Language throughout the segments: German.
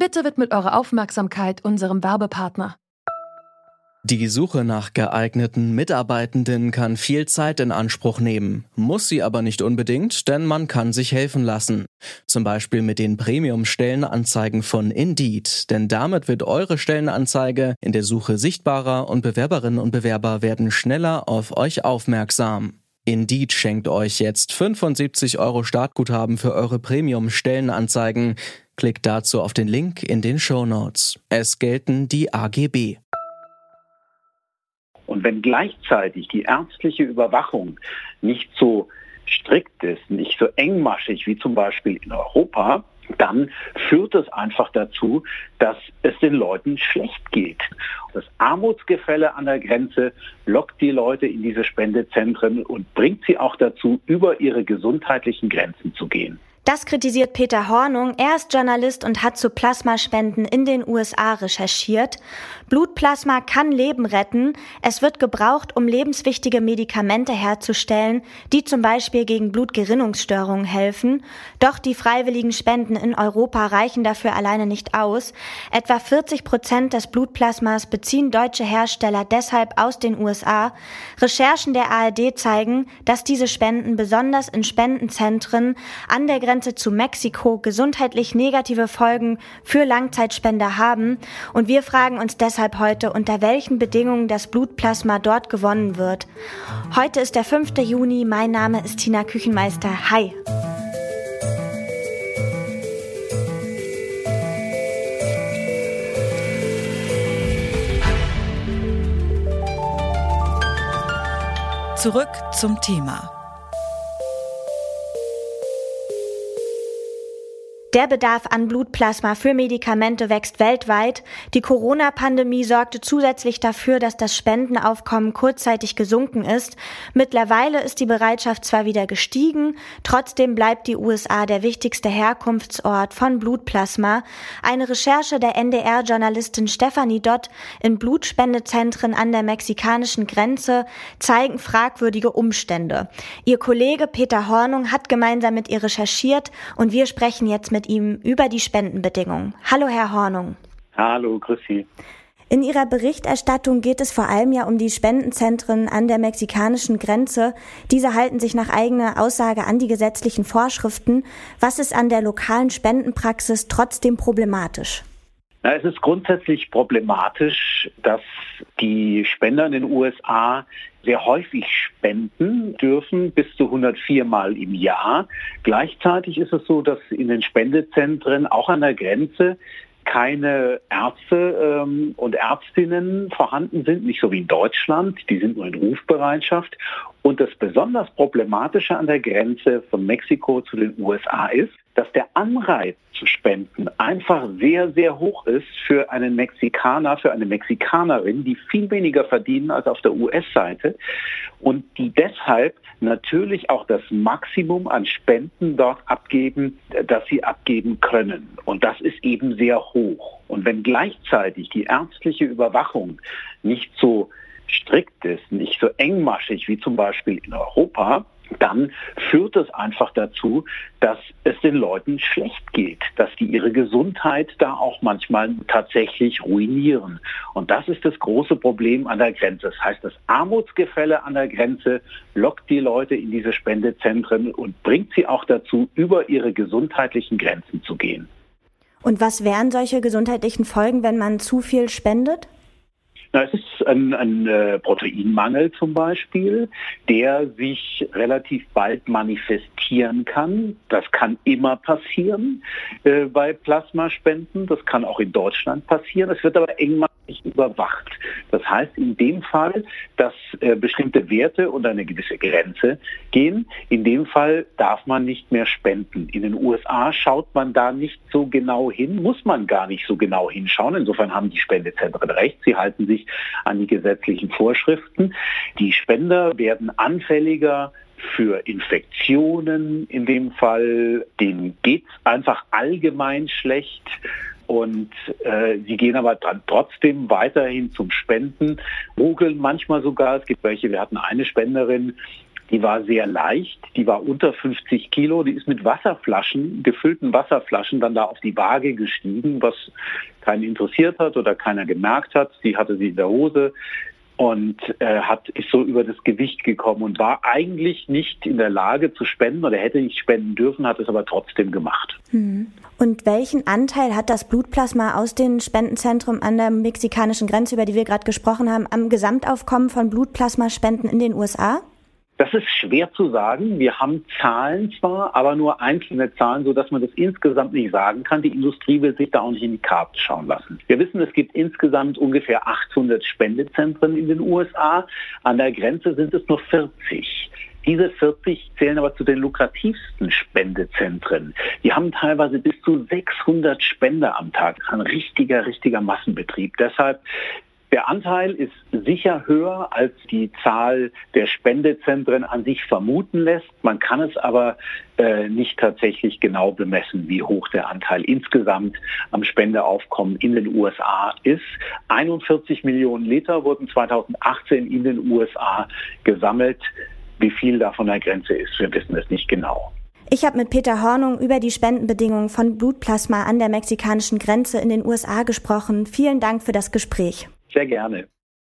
Bitte widmet eure Aufmerksamkeit unserem Werbepartner. Die Suche nach geeigneten Mitarbeitenden kann viel Zeit in Anspruch nehmen, muss sie aber nicht unbedingt, denn man kann sich helfen lassen. Zum Beispiel mit den Premium-Stellenanzeigen von Indeed, denn damit wird eure Stellenanzeige in der Suche sichtbarer und Bewerberinnen und Bewerber werden schneller auf euch aufmerksam. Indeed schenkt euch jetzt 75 € Startguthaben für eure Premium-Stellenanzeigen. Klickt dazu auf den Link in den Shownotes. Es gelten die AGB. Und wenn gleichzeitig die ärztliche Überwachung nicht so strikt ist, nicht so engmaschig wie zum Beispiel in Europa, dann führt es einfach dazu, dass es den Leuten schlecht geht. Das Armutsgefälle an der Grenze lockt die Leute in diese Spendezentren und bringt sie auch dazu, über ihre gesundheitlichen Grenzen zu gehen. Das kritisiert Peter Hornung. Er ist Journalist und hat zu Plasmaspenden in den USA recherchiert. Blutplasma kann Leben retten. Es wird gebraucht, um lebenswichtige Medikamente herzustellen, die zum Beispiel gegen Blutgerinnungsstörungen helfen. Doch die freiwilligen Spenden in Europa reichen dafür alleine nicht aus. Etwa 40% des Blutplasmas beziehen deutsche Hersteller deshalb aus den USA. Recherchen der ARD zeigen, dass diese Spenden besonders in Spendenzentren an der Grenze zu Mexiko gesundheitlich negative Folgen für Langzeitspender haben. Und wir fragen uns deshalb heute, unter welchen Bedingungen das Blutplasma dort gewonnen wird. Heute ist der 5. Juni. Mein Name ist Tina Küchenmeister. Hi! Zurück zum Thema. Der Bedarf an Blutplasma für Medikamente wächst weltweit. Die Corona-Pandemie sorgte zusätzlich dafür, dass das Spendenaufkommen kurzzeitig gesunken ist. Mittlerweile ist die Bereitschaft zwar wieder gestiegen, trotzdem bleibt die USA der wichtigste Herkunftsort von Blutplasma. Eine Recherche der NDR-Journalistin Stefanie Dott in Blutspendezentren an der mexikanischen Grenze zeigen fragwürdige Umstände. Ihr Kollege Peter Hornung hat gemeinsam mit ihr recherchiert und wir sprechen jetzt mit ihm über die Spendenbedingungen. Hallo, Herr Hornung. Hallo, grüß Sie. In Ihrer Berichterstattung geht es vor allem ja um die Spendenzentren an der mexikanischen Grenze. Diese halten sich nach eigener Aussage an die gesetzlichen Vorschriften. Was ist an der lokalen Spendenpraxis trotzdem problematisch? Es ist grundsätzlich problematisch, dass die Spender in den USA sehr häufig spenden dürfen, bis zu 104 Mal im Jahr. Gleichzeitig ist es so, dass in den Spendezentren auch an der Grenze keine Ärzte und Ärztinnen vorhanden sind, nicht so wie in Deutschland, die sind nur in Rufbereitschaft. Und das besonders Problematische an der Grenze von Mexiko zu den USA ist, dass der Anreiz zu spenden einfach sehr, sehr hoch ist für einen Mexikaner, für eine Mexikanerin, die viel weniger verdienen als auf der US-Seite und die deshalb natürlich auch das Maximum an Spenden dort abgeben, das sie abgeben können. Und das ist eben sehr hoch. Und wenn gleichzeitig die ärztliche Überwachung nicht so strikt ist, nicht so engmaschig wie zum Beispiel in Europa, dann führt es einfach dazu, dass es den Leuten schlecht geht, dass die ihre Gesundheit da auch manchmal tatsächlich ruinieren. Und das ist das große Problem an der Grenze. Das heißt, das Armutsgefälle an der Grenze lockt die Leute in diese Spendezentren und bringt sie auch dazu, über ihre gesundheitlichen Grenzen zu gehen. Und was wären solche gesundheitlichen Folgen, wenn man zu viel spendet? Es ist ein Proteinmangel zum Beispiel, der sich relativ bald manifestieren kann. Das kann immer passieren bei Plasmaspenden. Das kann auch in Deutschland passieren. Es wird aber engmaschig überwacht. Das heißt in dem Fall, dass bestimmte Werte und eine gewisse Grenze gehen. In dem Fall darf man nicht mehr spenden. In den USA schaut man da nicht so genau hin, muss man gar nicht so genau hinschauen. Insofern haben die Spendezentren recht. Sie halten sich an die gesetzlichen Vorschriften. Die Spender werden anfälliger für Infektionen in dem Fall. Denen geht es einfach allgemein schlecht. Und sie gehen aber dann trotzdem weiterhin zum Spenden, mogeln manchmal sogar. Es gibt welche, wir hatten eine Spenderin, Die war sehr leicht, die war unter 50 Kilo, die ist mit Wasserflaschen, gefüllten Wasserflaschen dann da auf die Waage gestiegen, was keinen interessiert hat oder keiner gemerkt hat. Die hatte sie in der Hose und ist so über das Gewicht gekommen und war eigentlich nicht in der Lage zu spenden oder hätte nicht spenden dürfen, hat es aber trotzdem gemacht. Und welchen Anteil hat das Blutplasma aus den Spendenzentren an der mexikanischen Grenze, über die wir gerade gesprochen haben, am Gesamtaufkommen von Blutplasmaspenden in den USA? Das ist schwer zu sagen. Wir haben Zahlen zwar, aber nur einzelne Zahlen, sodass man das insgesamt nicht sagen kann. Die Industrie will sich da auch nicht in die Karten schauen lassen. Wir wissen, es gibt insgesamt ungefähr 800 Spendezentren in den USA. An der Grenze sind es nur 40. Diese 40 zählen aber zu den lukrativsten Spendezentren. Die haben teilweise bis zu 600 Spender am Tag. Das ist ein richtiger Massenbetrieb. Deshalb der Anteil ist sicher höher, als die Zahl der Spendezentren an sich vermuten lässt. Man kann es aber nicht tatsächlich genau bemessen, wie hoch der Anteil insgesamt am Spendeaufkommen in den USA ist. 41 Millionen Liter wurden 2018 in den USA gesammelt. Wie viel da von der Grenze ist, wir wissen es nicht genau. Ich habe mit Peter Hornung über die Spendenbedingungen von Blutplasma an der mexikanischen Grenze in den USA gesprochen. Vielen Dank für das Gespräch. Sehr gerne.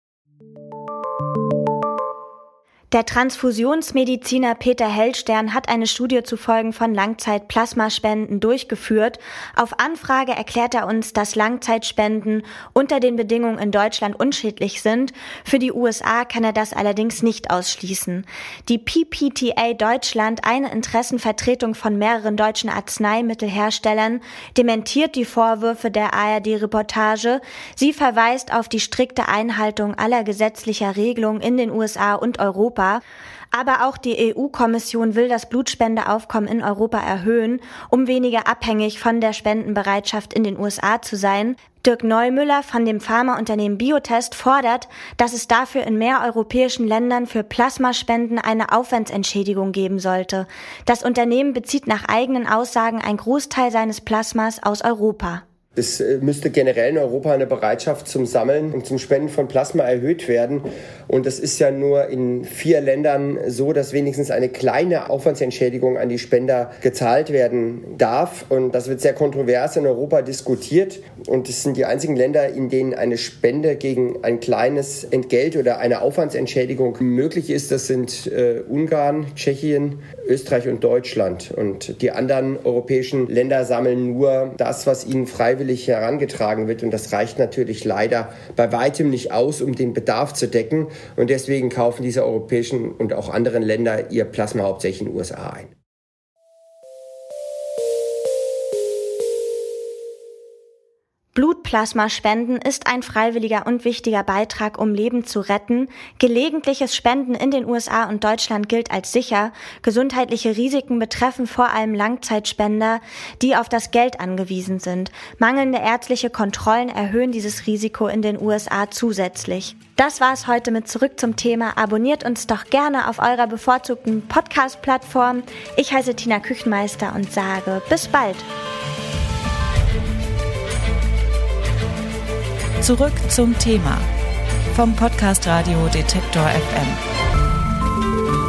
Der Transfusionsmediziner Peter Hellstern hat eine Studie zu Folgen von Langzeitplasmaspenden durchgeführt. Auf Anfrage erklärt er uns, dass Langzeitspenden unter den Bedingungen in Deutschland unschädlich sind. Für die USA kann er das allerdings nicht ausschließen. Die PPTA Deutschland, eine Interessenvertretung von mehreren deutschen Arzneimittelherstellern, dementiert die Vorwürfe der ARD-Reportage. Sie verweist auf die strikte Einhaltung aller gesetzlicher Regelungen in den USA und Europa. Aber auch die EU-Kommission will das Blutspendeaufkommen in Europa erhöhen, um weniger abhängig von der Spendenbereitschaft in den USA zu sein. Dirk Neumüller von dem Pharmaunternehmen Biotest fordert, dass es dafür in mehr europäischen Ländern für Plasmaspenden eine Aufwandsentschädigung geben sollte. Das Unternehmen bezieht nach eigenen Aussagen einen Großteil seines Plasmas aus Europa. Es müsste generell in Europa eine Bereitschaft zum Sammeln und zum Spenden von Plasma erhöht werden. Und das ist ja nur in 4 Ländern so, dass wenigstens eine kleine Aufwandsentschädigung an die Spender gezahlt werden darf. Und das wird sehr kontrovers in Europa diskutiert. Und es sind die einzigen Länder, in denen eine Spende gegen ein kleines Entgelt oder eine Aufwandsentschädigung möglich ist. Das sind Ungarn, Tschechien, Österreich und Deutschland. Und die anderen europäischen Länder sammeln nur das, was ihnen freiwillig herangetragen wird. Und das reicht natürlich leider bei weitem nicht aus, um den Bedarf zu decken. Und deswegen kaufen diese europäischen und auch anderen Länder ihr Plasma hauptsächlich in den USA ein. Blutplasmaspenden ist ein freiwilliger und wichtiger Beitrag, um Leben zu retten. Gelegentliches Spenden in den USA und Deutschland gilt als sicher. Gesundheitliche Risiken betreffen vor allem Langzeitspender, die auf das Geld angewiesen sind. Mangelnde ärztliche Kontrollen erhöhen dieses Risiko in den USA zusätzlich. Das war's heute mit Zurück zum Thema. Abonniert uns doch gerne auf eurer bevorzugten Podcast-Plattform. Ich heiße Tina Küchenmeister und sage bis bald. Zurück zum Thema vom Podcast Radio Detektor FM.